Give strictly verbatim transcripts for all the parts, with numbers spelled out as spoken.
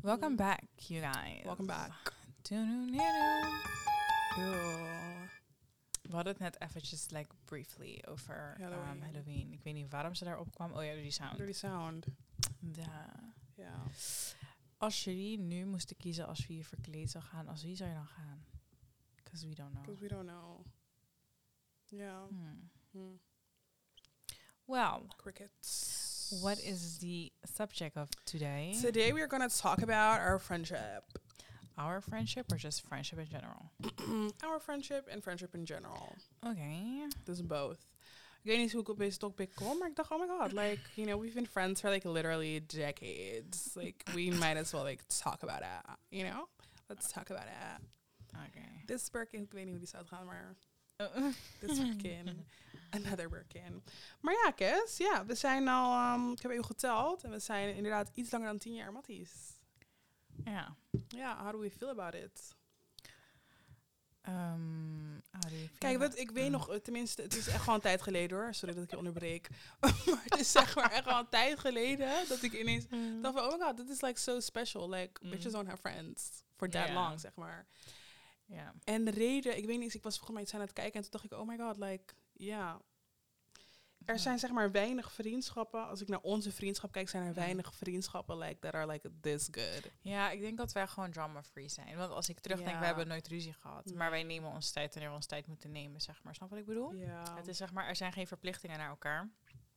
Welcome back, you guys. Welcome back. We hadden het net eventjes like briefly over Halloween. Um, Halloween. Ik weet niet waarom ze daarop kwam. Oh ja, door die sound. Door die sound. Ja. Ja. Als jullie nu moesten kiezen als we hier verkleed zou gaan, als wie zou je dan gaan? Because we don't know. Because we don't know. Ja. Hmm. Hmm. Well. Crickets. What is the subject of today? Today we are going to talk about our friendship. Our friendship or just friendship in general? Our friendship and friendship in general. Okay. Dus both. Ik weet niet hoe ik op deze topic kom, maar ik dacht, oh my god, like, you know, we've been friends for like literally decades. Like, we might as well like talk about it, you know? Let's talk about it. Okay. This Birkin, ik weet niet hoe die zou gaan, maar... This Birkin. Another Birkin. Maar ja, Kes, ja, we zijn al, um, ik heb even geteld, en we zijn inderdaad iets langer dan tien jaar matties. Ja. Ja, how do we feel about it? Um, how do you feel Kijk, wat, ik weet nog, tenminste, het is echt gewoon een tijd geleden hoor. Sorry dat ik je onderbreek. Maar het is zeg maar echt wel een tijd geleden dat ik ineens Mm. dacht van, oh my god, this is like so special. Like, Mm. bitches don't have friends for that Ja. long, zeg maar. Ja. En de reden, ik weet niet, ik was volgens mij iets aan het kijken en toen dacht ik, oh my god, like, ja. Er Ja. zijn zeg maar weinig vriendschappen. Als ik naar onze vriendschap kijk, zijn er Ja. weinig vriendschappen like that are like this good. Ja, ik denk dat wij gewoon drama-free zijn. Want als ik terugdenk, Ja. we hebben nooit ruzie gehad. Nee. Maar wij nemen ons tijd wanneer we ons tijd moeten nemen, zeg maar. Snap wat ik bedoel? Ja. Het is zeg maar, er zijn geen verplichtingen naar elkaar.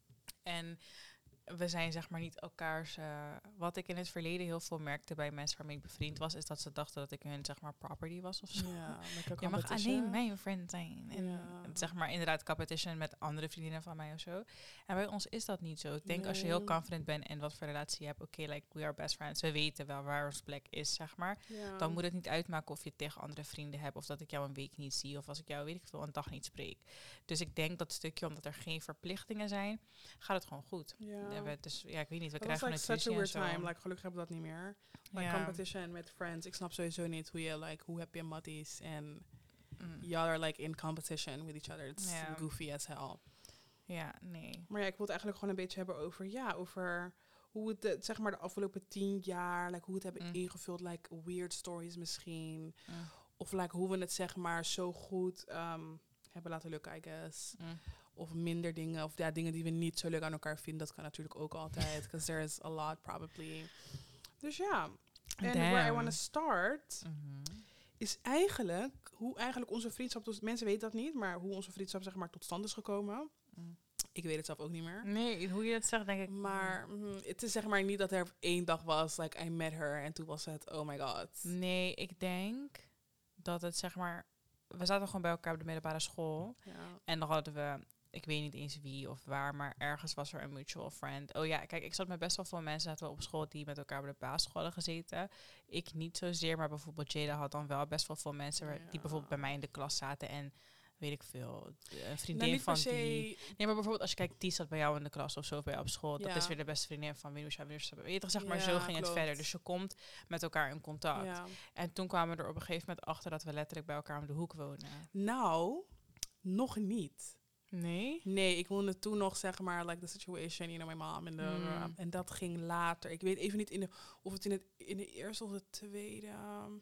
En we zijn zeg maar niet elkaars... Uh, wat ik in het verleden heel veel merkte bij mensen waarmee ik bevriend was, is dat ze dachten dat ik hun zeg maar property was of zo. Ja, like a Je mag competition. alleen mijn friend zijn. En Ja. zeg maar inderdaad competition met andere vriendinnen van mij of zo. En bij ons is dat niet zo. Ik denk als je heel Nee. confident bent en wat voor relatie je hebt, oké, okay, like we are best friends. We weten wel waar ons plek is, zeg maar. Ja. Dan moet het niet uitmaken of je het tegen andere vrienden hebt, of dat ik jou een week niet zie, of als ik jou, weet ik veel, een dag niet spreek. Dus ik denk dat stukje, omdat er geen verplichtingen zijn, gaat het gewoon goed. Ja. Ja, we, dus ja, ik weet niet, we Dat was krijgen like gewoon such a een weird tusie en zo. time. Like, gelukkig hebben we dat niet meer. Like Ja. competition met friends. Ik snap sowieso niet hoe je, like, hoe heb je matties en Mm. y'all are like in competition with each other. It's Ja. goofy as hell. Ja, nee. Maar ja, ik wil het eigenlijk gewoon een beetje hebben over, ja, over hoe het, de, zeg maar, de afgelopen tien jaar, like, hoe we het hebben Mm. ingevuld, like, weird stories misschien. Mm. Of, like, hoe we het, zeg maar, zo goed um, hebben laten lukken, I guess. Mm. Of minder dingen, of ja, dingen die we niet zo leuk aan elkaar vinden. Dat kan natuurlijk ook altijd, because there is a lot, probably. Dus ja, en where I want to start Mhm. is eigenlijk hoe eigenlijk onze vriendschap, tot, mensen weten dat niet, maar hoe onze vriendschap, zeg maar, tot stand is gekomen. Mm. Ik weet het zelf ook niet meer. Nee, hoe je het zegt, denk ik. Maar mm, het is zeg maar niet dat er één dag was, like I met her en toen was het, oh my god. Nee, ik denk dat het zeg maar... We zaten gewoon bij elkaar op de middelbare school. Ja. En dan hadden we... Ik weet niet eens wie of waar, maar ergens was er een mutual friend. Oh ja, kijk, ik zat met best wel veel mensen zaten we op school die met elkaar op de basisschool hadden gezeten. Ik niet zozeer, maar bijvoorbeeld Jada had dan wel best wel veel mensen waar- Ja. die bijvoorbeeld bij mij in de klas zaten. En weet ik veel, een vriendin Nou, niet van per se, die... Nee, maar bijvoorbeeld als je kijkt, die zat bij jou in de klas of zo, of bij jou op school. Dat Ja. is weer de beste vriendin van Winusha. Weet je toch, zeg maar, Ja, zo ging het klopt. verder. Dus je komt met elkaar in contact. Ja. En toen kwamen we er op een gegeven moment achter dat we letterlijk bij elkaar om de hoek wonen. Nou, nog niet. Nee? Nee, ik woonde toen nog, zeg maar, like the situation, you know, my mom. En, de, Mm. en dat ging later. Ik weet even niet in de, of het in, het, in de eerste of de tweede... um,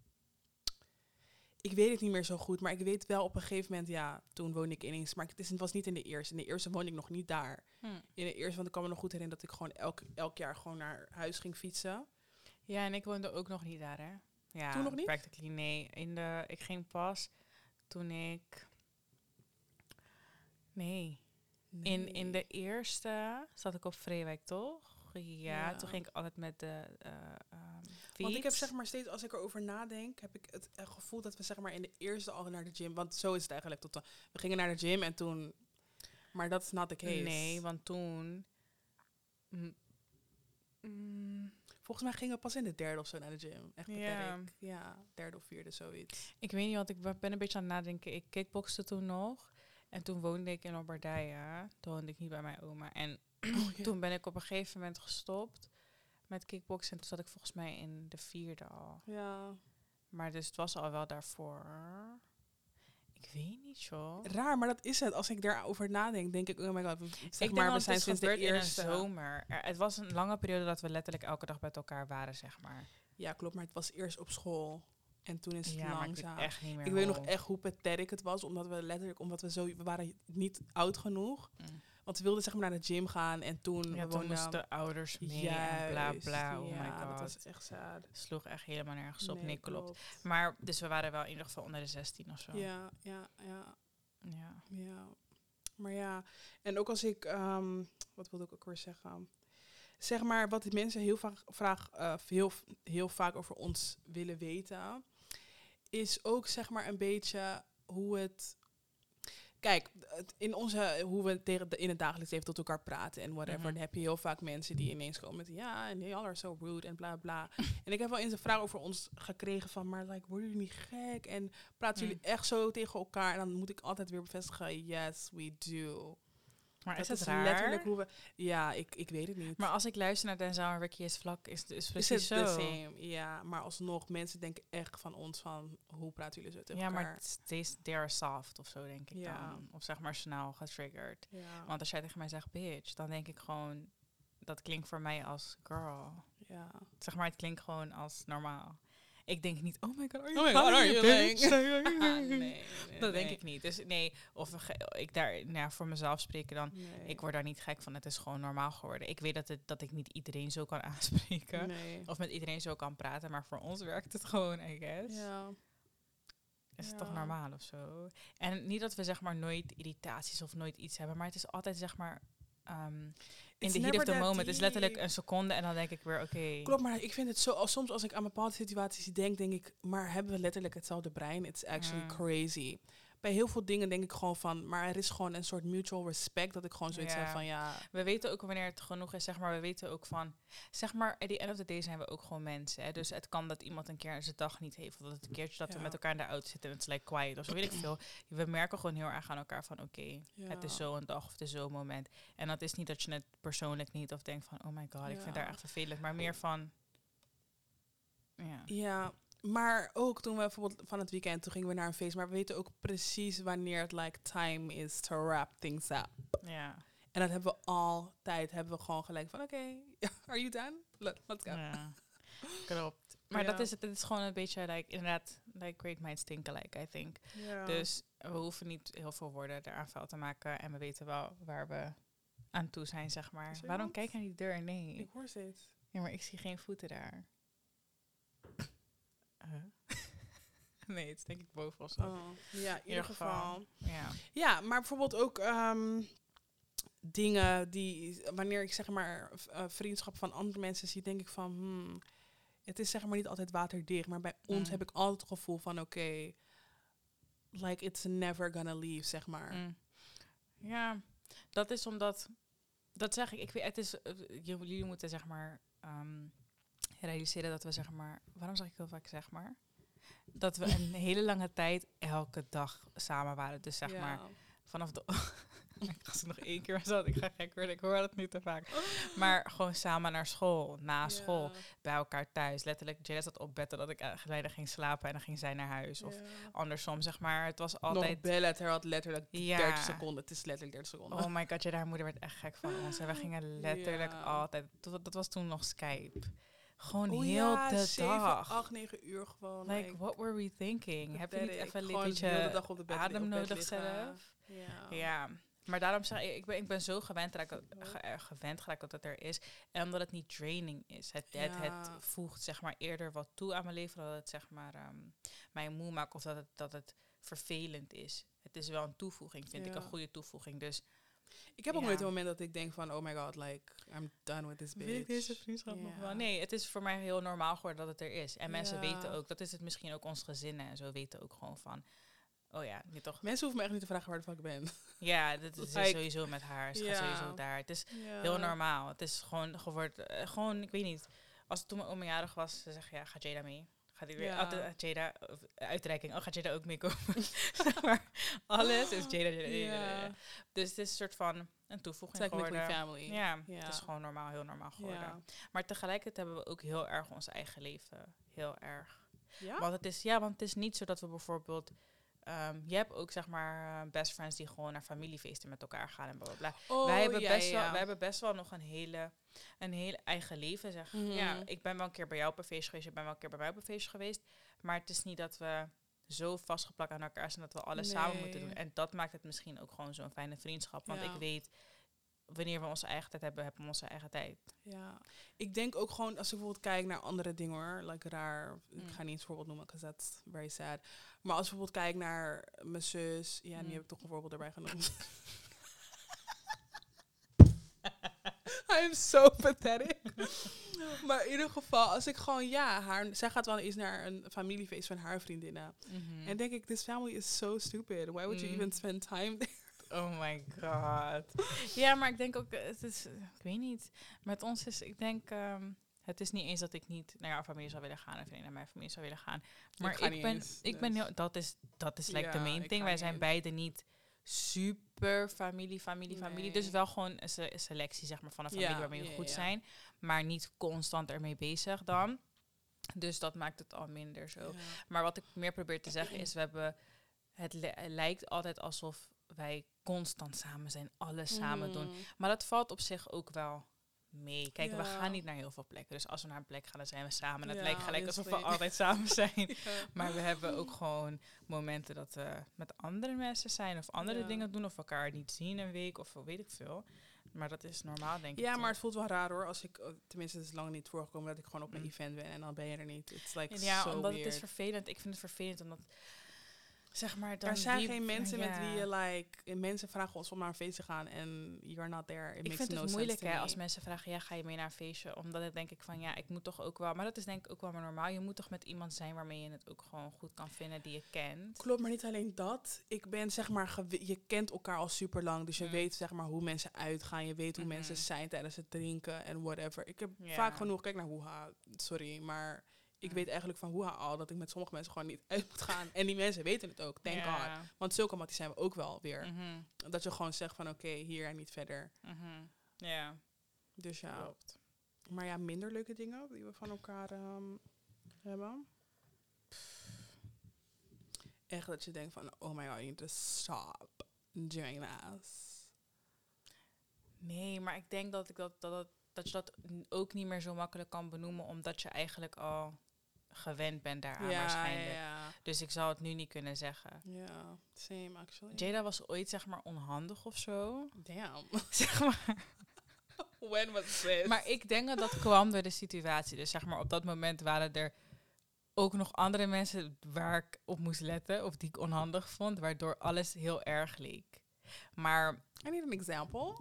ik weet het niet meer zo goed, maar ik weet wel op een gegeven moment, ja, toen woonde ik ineens. Maar het, is, het was niet in de eerste. In de eerste woonde ik nog niet daar. Hm. In de eerste, want ik kan me nog goed herinneren dat ik gewoon elk, elk jaar gewoon naar huis ging fietsen. Ja, en ik woonde ook nog niet daar, hè? Ja, Toen nog niet? practically nee. In de, ik ging pas toen ik... Nee. In, in de eerste zat ik op Vreewijk, toch? Ja, Ja. toen ging ik altijd met de uh, um, fiets. Want ik heb zeg maar steeds, als ik erover nadenk, heb ik het eh, gevoel dat we zeg maar in de eerste al naar de gym, want zo is het eigenlijk tot dan. We gingen naar de gym en toen, maar dat is not the case. Nee, want toen... Mm, mm, Volgens mij gingen we pas in de derde of zo naar de gym. Echt Ja. beperkt. Ja, derde of vierde, zoiets. ik weet niet, want ik ben ben een beetje aan het nadenken. Ik kickboxte toen nog. En toen woonde ik in Lombardije. Toen woonde ik niet bij mijn oma. En ja. toen ben ik op een gegeven moment gestopt met kickboksen. En toen zat ik volgens mij in de vierde al. Ja. Maar dus het was al wel daarvoor. Ik Ik weet niet, joh. Raar, maar dat is het. Als ik daarover nadenk, denk ik, oh my god, we- zeg ik maar, denk we zijn het sinds de gebeurd in eerste. een zomer. Er, het was een lange periode dat we letterlijk elke dag met elkaar waren, zeg maar. Ja, klopt, maar het was eerst op school. En toen is het Ja, maar ik langzaam. weet echt niet meer Ik weet hoe. nog echt hoe pathetic het was, omdat we letterlijk, omdat we zo, we waren niet oud genoeg. Mm. Want we wilden zeg maar naar de gym gaan en toen Ja, we toen woonden- moesten de ouders mee Juist, en bla bla. Oh ja, my god. dat was echt sad. Sloeg echt helemaal nergens op. Nee, Nee, klopt. klopt. Maar, dus we waren wel in ieder geval onder de zestien of zo. Ja, ja, ja, Ja. ja. Maar ja, en ook als ik, ehm, wat wilde ik ook weer zeggen? Zeg maar, wat die mensen heel vaak, vraag, uh, heel, heel vaak over ons willen weten, is ook zeg maar een beetje hoe het... Kijk, het- in onze, hoe we tegen de, in het dagelijks leven tot elkaar praten en whatever, Mhm. dan heb je heel vaak mensen die ineens komen met ja, en y'all are so rude en bla bla. En ik heb wel eens een vraag over ons gekregen van, maar like, worden jullie niet gek? En praten Mm. jullie echt zo tegen elkaar? En dan moet ik altijd weer bevestigen, yes, we do. Maar Dat is het is raar? letterlijk hoe we... Ja, ik, ik weet het niet. Maar als ik luister naar Denzel en Ricky is vlak, is het is is precies het zo. the same? Ja, maar alsnog, mensen denken echt van ons van, hoe praten jullie zo tegen Ja, elkaar? maar they, they are soft of zo, denk ik Ja. dan. Of zeg maar snel getriggerd. Ja, Want als jij tegen mij zegt bitch, dan denk ik gewoon... Dat klinkt voor mij als girl. ja. Zeg maar, het klinkt gewoon als normaal. Ik denk niet, oh my god, are you, Oh my god, are funny, you bitch? nee, nee, nee, Dat denk nee. ik niet. Dus nee, of we ge- ik daar nou ja, voor mezelf spreken dan... Nee. Ik word daar niet gek van. Het is gewoon normaal geworden. Ik weet dat, het, dat ik niet iedereen zo kan aanspreken. Nee. Of met iedereen zo kan praten. Maar voor ons werkt het gewoon, I guess. Ja. Is het Ja. toch normaal of zo? En niet dat we zeg maar nooit irritaties of nooit iets hebben. Maar het is altijd zeg maar... ehm, in It's de heat of never the that moment. Het is letterlijk deep. een seconde en dan denk ik weer, oké. Klopt, maar ik vind het zo... Als, soms als ik aan bepaalde situaties denk, denk ik... Maar hebben we letterlijk hetzelfde brein? It's actually Mm. crazy. Bij heel veel dingen denk ik gewoon van... Maar er is gewoon een soort mutual respect. Dat ik gewoon zoiets Ja. heb van ja... We weten ook wanneer het genoeg is, zeg maar. We weten ook van, zeg maar, at the end of the day zijn we ook gewoon mensen. Hè? Dus het kan dat iemand een keer zijn dag niet heeft. Of dat het een keertje dat Ja. we met elkaar in de auto zitten en het is like quiet. Of zo weet ik veel. We merken gewoon heel erg aan elkaar van, oké, ja. het is zo'n dag of het is zo'n moment. En dat is niet dat je het persoonlijk niet of denkt van, oh my god, ik vind Ja. haar echt vervelend. Maar meer van, ja. Ja, maar ook toen we bijvoorbeeld van het weekend... Toen gingen we naar een feest. Maar we weten ook precies wanneer het like time is to wrap things up. Ja. En dat hebben we altijd. Hebben we gewoon gelijk van oké, are you done? Let, let's go. Ja, klopt. Maar Ja. dat is het. Het is gewoon een beetje, like, inderdaad, like great minds think alike, I think. Ja. Dus we hoeven niet heel veel woorden eraan vuil te maken. En we weten wel waar we aan toe zijn, zeg maar. Is er Waarom iemand? kijk je naar die deur? Nee. ik hoor steeds. Ja, maar ik zie geen voeten daar. Huh? Nee, het is denk ik boven of zo. Oh, ja, in ieder geval. Ja. Ja, maar bijvoorbeeld ook ehm, dingen die, wanneer ik zeg maar v- eh, vriendschap van andere mensen zie, denk ik van, hmm, het is zeg maar niet altijd waterdicht, maar bij ons Mm. heb ik altijd het gevoel van, oké, like it's never gonna leave, zeg maar. Mm. Ja, dat is omdat... Dat zeg ik. Ik weet, het is... eh, j- jullie moeten zeg maar... ehm, realiseren dat we zeg maar... Waarom zeg ik heel vaak zeg maar? Dat we een hele lange tijd elke dag samen waren. Dus zeg Ja. maar vanaf de... ik ga ze nog één keer zo. Ik ga gek worden. Ik hoor dat niet te vaak. Maar gewoon samen naar school. Na school. Ja. Bij elkaar thuis. Letterlijk, Jada zat op bed dat ik uh, bijna ging slapen. En dan ging zij naar huis. Of Ja. andersom, zeg maar. Het was Nog altijd... bellen, het had letterlijk Ja. dertig seconden. Het is letterlijk dertig seconden. Oh my god, Jada, haar moeder werd echt gek van ons. En we gingen letterlijk Ja. altijd... Dat, dat was toen nog Skype. Gewoon Oh heel ja, de zeven, dag. acht, negen uur gewoon. Like, what were we thinking? Heb je niet pathetic. even een Gewoon beetje heel de dag op de bed, adem op bed nodig liggen. zelf? Ja. Ja, maar daarom zeg ik, ik ben, ik ben zo gewend geraakt, dat, ge- eh, gewend geraakt dat het er is. En omdat het niet draining is. Het, het, het Ja. voegt zeg maar eerder wat toe aan mijn leven dan dat het zeg maar ehm, mij moe maakt of dat het, dat het vervelend is. Het is wel een toevoeging, vind ik, Ja. een goede toevoeging. Dus Ik heb ook Ja. nooit een moment dat ik denk van, oh my god, like, I'm done with this bitch. wil ik deze vriendschap nog Ja. wel? Nee, het is voor mij heel normaal geworden dat het er is. En mensen Ja. weten ook, dat is het misschien ook ons gezinnen en zo weten ook gewoon van, oh ja, nu toch. Mensen hoeven me echt niet te vragen waar de fuck ik ben. Ja, dat is Like, sowieso met haar. Ze gaat ja. sowieso daar. Het is Ja. heel normaal. Het is gewoon geworden, eh, gewoon, ik weet niet. Als het toen mijn oma jarig was, ze zeggen ja, gaat Jada mee? Gaat hij weer Ja. altijd uh, Jada, of, uh, uitreiking, oh, gaat Jada ook meekomen? maar alles is Jada, Jada, Jada, Ja. Jada. Dus het is een soort van een toevoeging Technically geworden. family. Ja, Ja. het is gewoon normaal, heel normaal geworden. Ja. Maar tegelijkertijd hebben we ook heel erg ons eigen leven. Heel erg. Ja? Want het is, ja, want het is niet zo dat we bijvoorbeeld Um, je hebt ook, zeg maar, uh, best friends die gewoon naar familiefeesten met elkaar gaan en bla bla bla. Oh, wij, hebben ja, best ja. Wel, wij hebben best wel nog een hele, een hele eigen leven, zeg. Mhm. Ja, ik ben wel een keer bij jou op een feestje geweest, je bent wel een keer bij mij op een feestje geweest. Maar het is niet dat we zo vastgeplakt aan elkaar zijn dat we alles Nee. samen moeten doen. En dat maakt het misschien ook gewoon zo'n fijne vriendschap. Want Ja. ik weet, wanneer we onze eigen tijd hebben, hebben we onze eigen tijd. Ja, ik denk ook gewoon, als ik bijvoorbeeld kijk naar andere dingen hoor, like raar, Mm. ik ga niet eens voorbeeld noemen, because that's very sad. Maar als ik bijvoorbeeld kijk naar mijn zus, ja, nu Mm. heb ik toch een voorbeeld erbij genoemd. I am so pathetic. Maar in ieder geval, als ik gewoon, ja, haar, zij gaat wel eens naar een familiefeest van haar vriendinnen. Mm-hmm. En denk ik, this family is so stupid. Why would you Mm. even spend time there? Oh my god. Ja, maar ik denk ook, eh, het is, eh, ik weet niet. Met ons is, ik denk, ehm, het is niet eens dat ik niet naar jouw familie zou willen gaan of niet naar mijn familie zou willen gaan. Maar ga ik, niet ben, eens, ik ben dus. heel, dat is, dat is like de Ja, main ik thing. ga Wij niet zijn eens. beide niet super familie, familie, familie. Nee. Dus wel gewoon een, se- een selectie, zeg maar, van een familie Ja, waarmee we ja, goed ja. zijn. Maar niet constant ermee bezig dan. Dus dat maakt het al minder zo. Ja. Maar wat ik meer probeer te zeggen is, we hebben, het li- lijkt altijd alsof wij constant samen zijn, alles samen doen. Mhm. Maar dat valt op zich ook wel mee. Kijk, we Ja. gaan niet naar heel veel plekken. Dus als we naar een plek gaan, dan zijn we samen. En het Ja, lijkt gelijk alsof we obviously. altijd samen zijn. Ja. Maar we hebben ook gewoon momenten dat we met andere mensen zijn of andere Ja. dingen doen of elkaar niet zien een week of weet ik veel. Maar dat is normaal, denk ik. Ja, toch? maar het voelt wel raar hoor. Als ik, eh, tenminste, het is lang niet voorgekomen dat ik gewoon op een Mm. event ben en dan ben je er niet. It's like ja, so omdat weird. het is vervelend. Ik vind het vervelend omdat, zeg maar, dan Er zijn wie- geen mensen met ja. wie je like, mensen vragen ons om naar een feest te gaan en you're not there. It Ik makes vind no het sense moeilijk to hè, me. als mensen vragen, ja, ga je mee naar een feestje? Omdat ik denk ik van, ja, ik moet toch ook wel... Maar dat is denk ik ook wel maar normaal. Je moet toch met iemand zijn waarmee je het ook gewoon goed kan vinden, die je kent. Klopt, maar niet alleen dat. Ik ben zeg maar, gewe- je kent elkaar al super lang, dus je Mm. weet zeg maar hoe mensen uitgaan. Je weet hoe Mhm. mensen zijn tijdens het drinken en whatever. Ik heb Ja. vaak genoeg, kijk naar Hoeha, sorry, maar ik Mm. weet eigenlijk van Hoeha al dat ik met sommige mensen gewoon niet uit moet gaan. En die mensen weten het ook, thank God. Ja. Want zulke matties zijn we ook wel weer. Mhm, Dat je gewoon zegt van oké, hier en niet verder. mhm. Ja, Dus ja. klopt. Maar ja, minder leuke dingen die we van elkaar ehm, hebben. Echt dat je denkt van, oh my god, you need to stop doing that. Nee, maar ik denk dat, ik dat, dat, dat, dat je dat n- ook niet meer zo makkelijk kan benoemen, omdat je eigenlijk al gewend bent daaraan waarschijnlijk. Ja, Dus ik zou het nu niet kunnen zeggen. ja. Same actually. Jada was ooit, zeg maar, onhandig of zo. Damn. Zeg maar. When was this? Maar ik denk dat dat kwam door de situatie. Dus zeg maar, op dat moment waren er ook nog andere mensen waar ik op moest letten, of die ik onhandig vond, waardoor alles heel erg leek. Maar I need an example.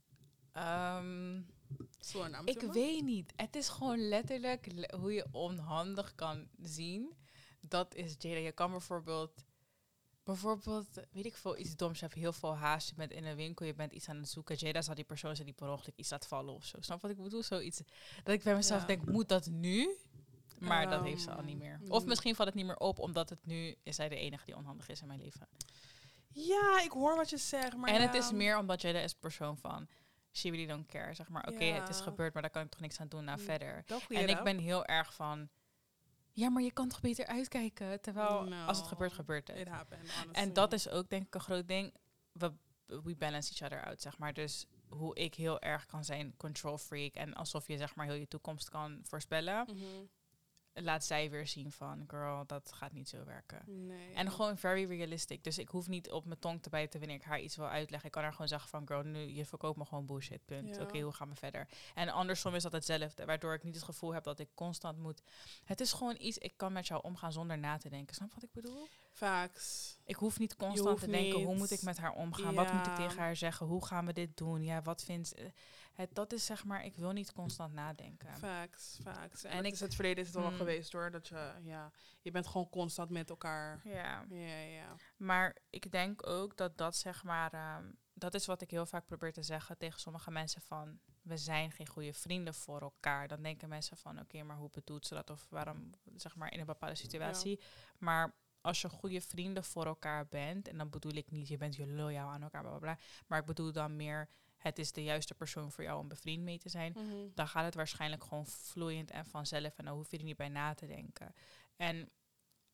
ehm, Zullen we een naam ik noemen? weet niet. Het is gewoon letterlijk le- hoe je onhandig kan zien. Dat is Jada. Je kan bijvoorbeeld, bijvoorbeeld, weet ik veel, iets doms. Je hebt heel veel haast. Je bent in een winkel, je bent iets aan het zoeken. Jada zal die persoon zijn die per ongeluk iets laat vallen of zo. Snap wat ik bedoel? Zoiets. Dat ik bij mezelf Ja. denk, moet dat nu? Maar dat heeft ze al Ehm, niet meer. Of mm. misschien valt het niet meer op, omdat het nu is zij de enige die onhandig is in mijn leven. Ja, ik hoor wat je zegt. Maar en ja. het is meer omdat Jada is een persoon van, she really don't care. Zeg maar, oké, het is Ja. gebeurd, maar daar kan ik toch niks aan doen. Nou, Mm. verder. Dat goeie En ik rap. ben heel erg van, ja, maar je kan toch beter uitkijken. Terwijl, No. als het gebeurt, gebeurt het. It happened, honestly. En dat is ook denk ik een groot ding. We, we balance each other out, zeg maar. Dus hoe ik heel erg kan zijn control freak en alsof je zeg maar heel je toekomst kan voorspellen, Mhm. laat zij weer zien van, girl, dat gaat niet zo werken. Nee. En gewoon very realistic. Dus ik hoef niet op mijn tong te bijten wanneer ik haar iets wil uitleggen. Ik kan haar gewoon zeggen van, girl, nu, je verkoopt me gewoon bullshit, punt. Ja. Oké, hoe gaan we verder? En andersom is dat hetzelfde, waardoor ik niet het gevoel heb dat ik constant moet... Het is gewoon iets, ik kan met jou omgaan zonder na te denken. Snap je wat ik bedoel? Facts. Ik hoef niet constant hoeft te denken, hoe niet- moet ik met haar omgaan? Wat moet ik Ja. tegen haar zeggen? Hoe gaan we dit doen? Ja, wat vindt ze? Het, dat is zeg maar, ik wil niet constant nadenken. Facts, facts. En, En dat ik- is het verleden is het wel Mm. geweest hoor. Dat je, ja, je bent gewoon constant met elkaar. Ja. Ja, ja. Maar ik denk ook dat dat zeg maar, ehm, dat is wat ik heel vaak probeer te zeggen tegen sommige mensen van, we zijn geen goede vrienden voor elkaar. Dan denken mensen van, oké, maar hoe bedoelt ze dat? Of waarom, zeg maar, in een bepaalde situatie. Maar als je goede vrienden voor elkaar bent, en dan bedoel ik niet, je bent je loyaal aan elkaar, bla bla bla. Maar ik bedoel dan meer, het is de juiste persoon voor jou om bevriend mee te zijn. Mhm. Dan gaat het waarschijnlijk gewoon vloeiend en vanzelf. En dan hoef je er niet bij na te denken. En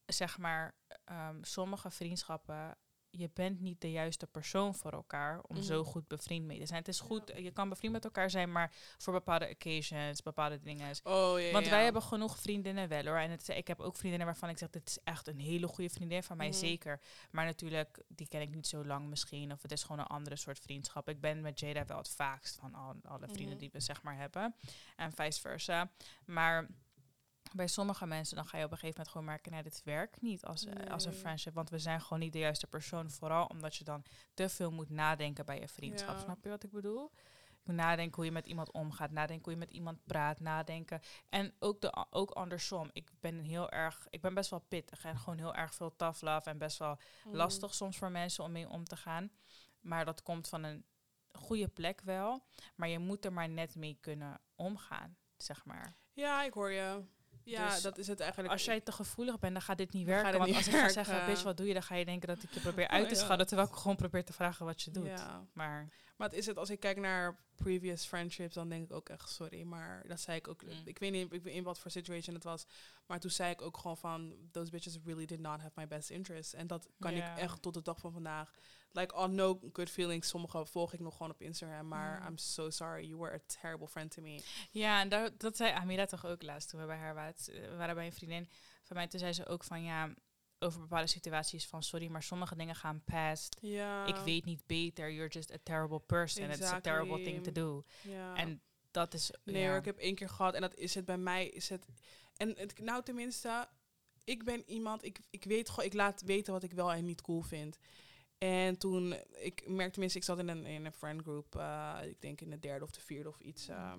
zeg maar, um, sommige vriendschappen, je bent niet de juiste persoon voor elkaar om mm. zo goed bevriend mee te zijn. Het is goed, ja. je kan bevriend met elkaar zijn, maar voor bepaalde occasions, bepaalde dingen. Oh, ja, Want ja. wij hebben genoeg vriendinnen wel hoor. En het, ik heb ook vriendinnen waarvan ik zeg, dit is echt een hele goede vriendin van mij, mm. zeker. Maar natuurlijk, die ken ik niet zo lang misschien. Of het is gewoon een andere soort vriendschap. Ik ben met Jada wel het vaakst van al, alle vrienden mm. die we zeg maar hebben. En vice versa. Maar bij sommige mensen dan ga je op een gegeven moment gewoon merken, nee, dit werkt niet als, nee. als een friendship. Want we zijn gewoon niet de juiste persoon. Vooral omdat je dan te veel moet nadenken bij je vriendschap. Ja. Snap je wat ik bedoel? Je moet nadenken hoe je met iemand omgaat. Nadenken hoe je met iemand praat. Nadenken. En ook, de, ook andersom. Ik ben heel erg, ik ben best wel pittig. En gewoon heel erg veel tough love. En best wel mm. lastig soms voor mensen om mee om te gaan. Maar dat komt van een goede plek wel. Maar je moet er maar net mee kunnen omgaan, zeg maar. Ja, ik hoor je. Ja, dus dat is het eigenlijk. Als jij te gevoelig bent, dan gaat dit niet werken. Want niet als ik ga zeggen, bitch, wat doe je? Dan ga je denken dat ik je probeer uit te oh, schallen. Ja. Terwijl ik gewoon probeer te vragen wat je doet. Ja. Maar, maar het is het, als ik kijk naar previous friendships, dan denk ik ook echt, sorry. Maar dat zei ik ook. Mm. Ik weet niet in wat voor situation het was. Maar toen zei ik ook gewoon van, those bitches really did not have my best interest. En dat kan yeah. ik echt tot de dag van vandaag. Like, all no good feelings. Sommige volg ik nog gewoon op Instagram. Maar mm. I'm so sorry. You were a terrible friend to me. Ja, en dat, dat zei Amira toch ook laatst toen we bij haar waren. We waren bij een vriendin van mij. Toen zei ze ook van, ja, over bepaalde situaties van, sorry, maar sommige dingen gaan past. Ja. Ik weet niet beter. You're just a terrible person. Exactly. It's a terrible thing to do. Ja. En dat is... Nee ja. hoor, ik heb één keer gehad. En dat is het bij mij. Is het, en het, nou tenminste, ik ben iemand, ik, ik weet gewoon, ik laat weten wat ik wel en niet cool vind. En toen, ik merkte tenminste, ik zat in een, in een friendgroup, uh, ik denk in de derde of de vierde of iets. Uh,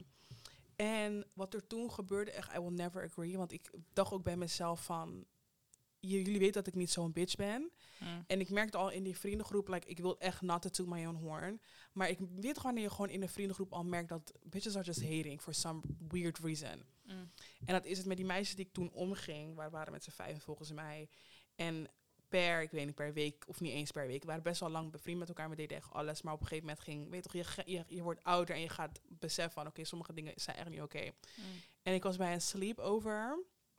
en wat er toen gebeurde, echt, I will never agree. Want ik dacht ook bij mezelf van, jullie weten dat ik niet zo'n bitch ben. Mm. En ik merkte al in die vriendengroep, like, ik wil echt not to toot my own horn. Maar ik weet gewoon wanneer je gewoon in de vriendengroep al merkt dat bitches are just hating for some weird reason. Mm. En dat is het met die meisjes die ik toen omging, waar waren met z'n vijf volgens mij. En per, ik weet niet, per week, of niet eens per week. We waren best wel lang bevriend met elkaar, we deden echt alles. Maar op een gegeven moment ging, weet toch, je, je, je wordt ouder en je gaat beseffen van, oké, okay, sommige dingen zijn echt niet oké. Okay. Mm. En ik was bij een sleepover.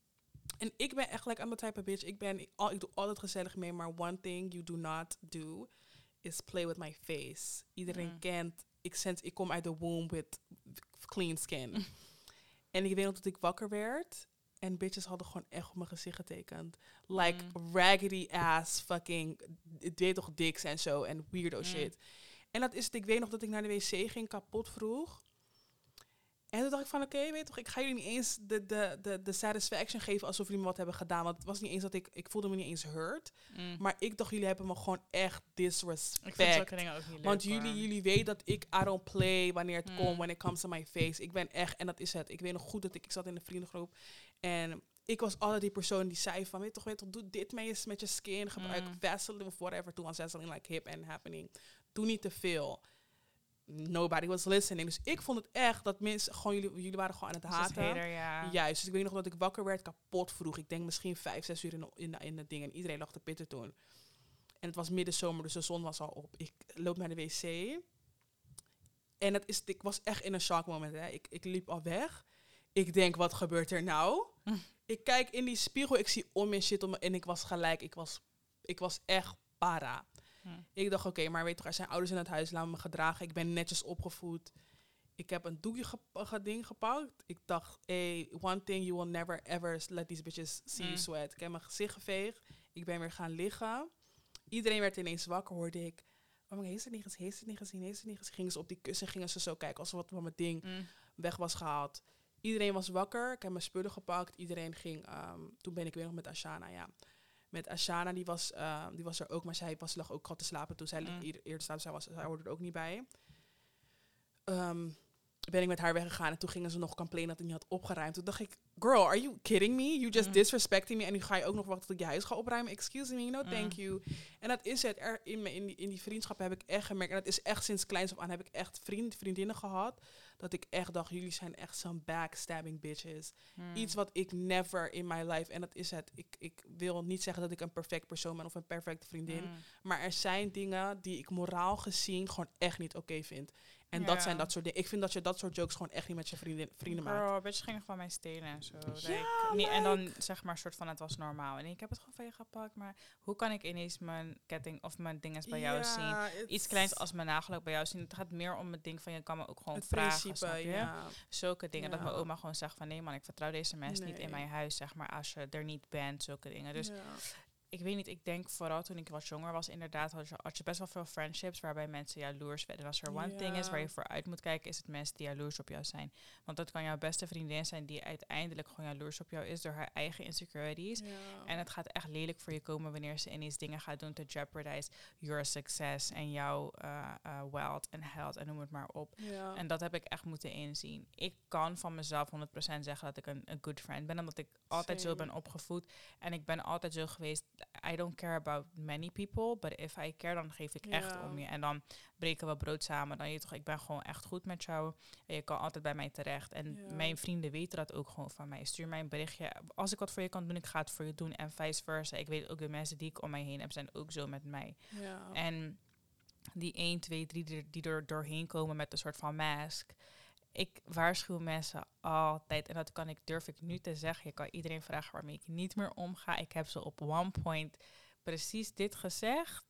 En ik ben echt like, I'm the type of bitch, ik, ben, al, ik doe altijd gezellig mee, maar one thing you do not do is play with my face. Iedereen mm. kent, ik, sense, ik kom uit de womb with clean skin. En ik weet nog dat ik wakker werd. En bitches hadden gewoon echt op mijn gezicht getekend. Like mm. raggedy ass fucking, ik weet toch, dicks en zo. En weirdo mm. shit. En dat is het, ik weet nog dat ik naar de wc ging, kapot vroeg. En toen dacht ik van, oké, okay, weet toch, ik ga jullie niet eens de, de, de, de satisfaction geven alsof jullie me wat hebben gedaan. Want het was niet eens dat ik, ik voelde me niet eens hurt. Mm. Maar ik dacht, jullie hebben me gewoon echt disrespect. Ik vind zulke dingen ook niet leuk. Want jullie, jullie weten dat ik I don't play wanneer het mm. komt, when it comes to my face. Ik ben echt, en dat is het. Ik weet nog goed dat ik, ik zat in de vriendengroep. En ik was altijd die persoon die zei van, weet toch, weet toch, doe dit mee met je skin. Gebruik mm. Vaseline of whatever. Toen was Vaseline like hip and happening. Doe niet te veel. Nobody was listening. Dus ik vond het echt dat mensen gewoon, jullie, jullie waren gewoon aan het haten. Hater, ja. Juist. Dus ik weet nog dat ik wakker werd, kapot vroeg. Ik denk misschien vijf, zes uur in, in, in het ding. En iedereen lag te pitten toen. En het was middenzomer, dus de zon was al op. Ik loop naar de wc. En het is, ik was echt in een shock moment. Hè. Ik, ik liep al weg. Ik denk, wat gebeurt er nou? Mm. Ik kijk in die spiegel, ik zie om en shit om me. En ik was gelijk, ik was, ik was echt para. Hmm. Ik dacht, oké, okay, maar weet toch, er zijn ouders in het huis, laat me gedragen. Ik ben netjes opgevoed. Ik heb een doekje ge- ge- ding gepakt. Ik dacht, hey, one thing you will never ever let these bitches see hmm. you sweat. Ik heb mijn gezicht geveegd. Ik ben weer gaan liggen. Iedereen werd ineens wakker, hoorde ik. Oh, maar heeft het niet gezien, heeft het niet gezien, heeft het niet gezien. Gingen ze op die kussen, gingen ze zo kijken alsof wat van mijn ding hmm. weg was gehaald. Iedereen was wakker. Ik heb mijn spullen gepakt. Iedereen ging, um, toen ben ik weer nog met Ashana, ja. Met Ashana, die was, uh, die was er ook, maar zij was lag ook al te slapen toen zij mm. eerder, eerder slapen. Zij, was, zij hoorde er ook niet bij. Um, ben ik met haar weggegaan en toen gingen ze nog complainen dat ik niet had opgeruimd. Toen dacht ik, girl, are you kidding me? You just mm. disrespecting me en nu ga je ook nog wachten tot ik je huis ga opruimen. Excuse me, no thank mm. you. En dat is het. Er, in, me, in, die, in die vriendschap heb ik echt gemerkt, en dat is echt sinds kleins af aan, heb ik echt vriend, vriendinnen gehad, dat ik echt dacht, jullie zijn echt some backstabbing bitches. Mm. Iets wat ik never in my life, en dat is het. Ik, ik wil niet zeggen dat ik een perfect persoon ben of een perfecte vriendin, mm. maar er zijn dingen die ik moraal gezien gewoon echt niet oké okay vind. En Ja. dat zijn dat soort dingen. Ik vind dat je dat soort jokes gewoon echt niet met je vrienden, vrienden maakt. Girl, bitch ging van mij stelen en zo. Ja, Like, nee, en like- dan zeg maar soort van het was normaal. En ik heb het gewoon van je gepakt. Maar hoe kan ik ineens mijn ketting of mijn dinges bij jou zien? Ja, het- Iets kleins als mijn nagellak bij jou zien. Het gaat meer om het ding van je kan me ook gewoon het vragen. principe, Snap je? ja. Zulke dingen. Dat Ja. mijn oma gewoon zegt van nee man, ik vertrouw deze mensen niet in Nee. mijn huis. Zeg maar als je er niet bent. Zulke dingen. Dus Ja. ik weet niet, ik denk vooral toen ik wat jonger was, inderdaad, had je, had je best wel veel friendships waarbij mensen jaloers werden. En als er one thing is waar je Ja. voor uit moet kijken, is het mensen die jaloers op jou zijn. Want dat kan jouw beste vriendin zijn die uiteindelijk gewoon jaloers op jou is door haar eigen insecurities. Ja. En het gaat echt lelijk voor je komen wanneer ze ineens dingen gaat doen te jeopardize your success en jouw uh, uh, wealth en health en noem het maar op. Ja. En dat heb ik echt moeten inzien. Ik kan van mezelf honderd procent zeggen dat ik een, een good friend ben. Omdat ik altijd zo Same. ben opgevoed. En ik ben altijd zo geweest. I don't care about many people. But if I care, dan geef ik echt Ja. om je. En dan breken we brood samen. Dan je toch, ik ben gewoon echt goed met jou. En je kan altijd bij mij terecht. En Ja. mijn vrienden weten dat ook gewoon van mij. Stuur mij een berichtje. Als ik wat voor je kan doen, ik ga het voor je doen. En vice versa. Ik weet ook de mensen die ik om mij heen heb, zijn ook zo met mij. Ja. En die één, twee, drie die er, die er doorheen komen met een soort van mask. Ik waarschuw mensen altijd. En dat kan ik, durf ik nu te zeggen. Je kan iedereen vragen waarmee ik niet meer omga. Ik heb ze op one point precies dit gezegd.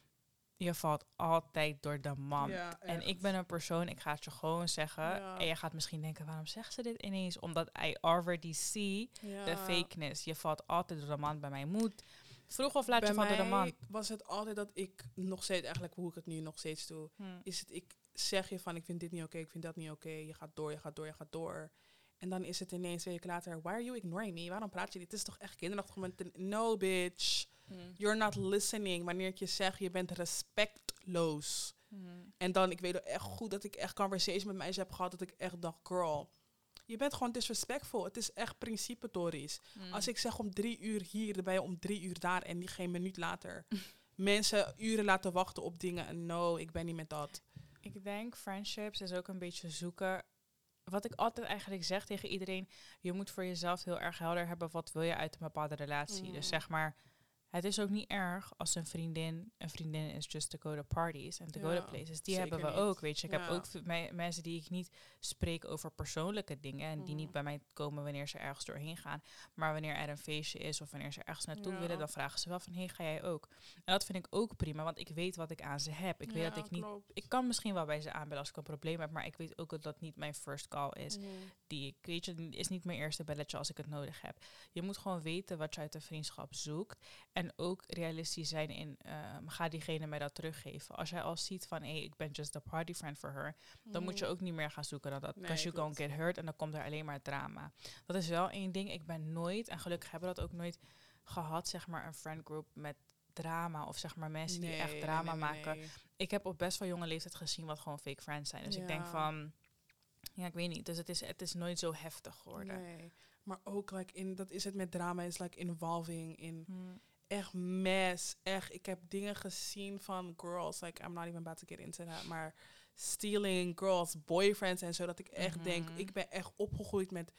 Je valt altijd door de man. Ja, En echt. ik ben een persoon, ik ga het je gewoon zeggen. Ja. En je gaat misschien denken, waarom zegt ze dit ineens? Omdat I already see Ja. the fakeness. Je valt altijd door de man bij mij. Moet vroeg of laat Bij je valt door de mij man. was het altijd dat ik nog steeds, eigenlijk hoe ik het nu nog steeds doe, Hm. is het, ik zeg je van, ik vind dit niet oké, ik vind dat niet oké, je gaat door, je gaat door, je gaat door. En dan is het ineens twee weken later, why are you ignoring me? Waarom praat je niet? Het is toch echt kinderachtig om te... No, bitch. Hm. You're not listening. Wanneer ik je zeg, je bent respectloos. Hm. En dan, ik weet ook echt goed dat ik echt conversation met meisjes heb gehad, dat ik echt dacht, girl, je bent gewoon disrespectful. Het is echt principetorisch. Hm. Als ik zeg om drie uur hier, dan ben je om drie uur daar en die geen minuut later. Mensen uren laten wachten op dingen. En no, ik ben niet met dat. Ik denk friendships is ook een beetje zoeken. Wat ik altijd eigenlijk zeg tegen iedereen, je moet voor jezelf heel erg helder hebben wat wil je uit een bepaalde relatie. Mm. Dus zeg maar, het is ook niet erg als een vriendin een vriendin is just to go to parties en to go Ja, to places. Die zeker hebben we niet. ook, weet je. Ik Ja. heb ook v- me- mensen die ik niet spreek over persoonlijke dingen en die Mm. niet bij mij komen wanneer ze ergens doorheen gaan. Maar wanneer er een feestje is of wanneer ze ergens naartoe Ja. willen, dan vragen ze wel van, hey, ga jij ook? En dat vind ik ook prima, want ik weet wat ik aan ze heb. Ik weet Ja, dat ik niet klopt. ik kan misschien wel bij ze aanbellen als ik een probleem heb, maar ik weet ook dat dat niet mijn first call is. Mm. Die ik, weet je, is niet mijn eerste belletje als ik het nodig heb. Je moet gewoon weten wat je uit een vriendschap zoekt. En ook realistisch zijn in, ehm, ga diegene mij dat teruggeven. Als jij al ziet van, hé, hey, ik ben just a party friend for her, dan moet je ook niet meer gaan zoeken dan dat. Nee, Because you klopt. gonna get hurt en dan komt er alleen maar drama. Dat is wel één ding. Ik ben nooit, en gelukkig hebben we dat ook nooit gehad, zeg maar, een friendgroup met drama of zeg maar mensen die Nee, echt nee, drama nee, nee, maken. nee. Ik heb op best wel jonge leeftijd gezien wat gewoon fake friends zijn. Dus ik denk Ja. van, ja, ik weet niet. Dus het is, het is nooit zo heftig geworden. Nee. Maar ook, like, in, dat is het met drama, is like involving in Hmm. echt mess. Echt, ik heb dingen gezien van girls, like, I'm not even about to get into that, maar stealing girls, boyfriends en zo, dat ik echt denk, Mhm. ik ben echt opgegroeid met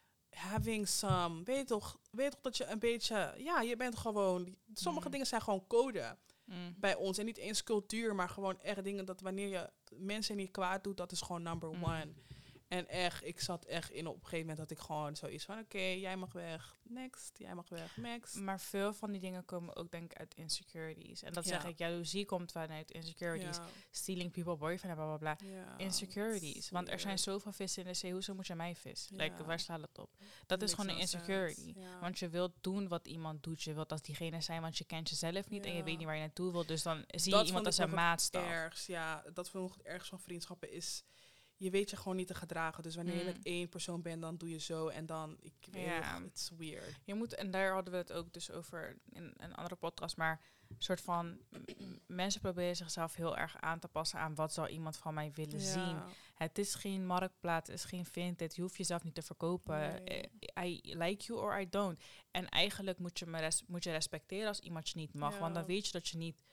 having some, weet je toch, weet je toch dat je een beetje, ja, je bent gewoon, sommige Mhm. dingen zijn gewoon code Mm. bij ons. En niet eens cultuur, maar gewoon echt dingen dat wanneer je mensen niet kwaad doet, dat is gewoon number Mm. one. En echt, ik zat echt in op een gegeven moment dat ik gewoon zoiets van, oké, jij mag weg, next, jij mag weg, next. Maar veel van die dingen komen ook denk ik uit insecurities. En dat Ja. zeg ik, jaloezie komt vanuit insecurities. Ja, Stealing people, boyfriend, bla bla bla. ja, Insecurities. Want er zijn weird. zoveel vissen in de zee, hoezo moet je mij vis? Ja. Like, waar slaat het op? Dat is Makes gewoon een no insecurity. sense. Ja. Want je wilt doen wat iemand doet. Je wilt als diegene zijn, want je kent jezelf niet en je Ja. weet niet waar je naartoe wilt. Dus dan zie Dat je vond iemand ik als een nog het maatstaf. ergst, ja, dat vond ik nog het ergst van vriendschappen is, je weet je gewoon niet te gedragen. Dus wanneer je Mm. met één persoon bent, dan doe je zo en dan, ik weet Ja. het, it's weird. Je moet, en daar hadden we het ook dus over in een andere podcast, maar een soort van m- mensen proberen zichzelf heel erg aan te passen aan wat zal iemand van mij willen zien. Ja. Het is geen marktplaats, het is geen Vinted. Je hoeft jezelf niet te verkopen. Nee. Eh, I like you or I don't. En eigenlijk moet je me res- moet je respecteren als iemand je niet mag. Ja. Want dan weet je dat je niet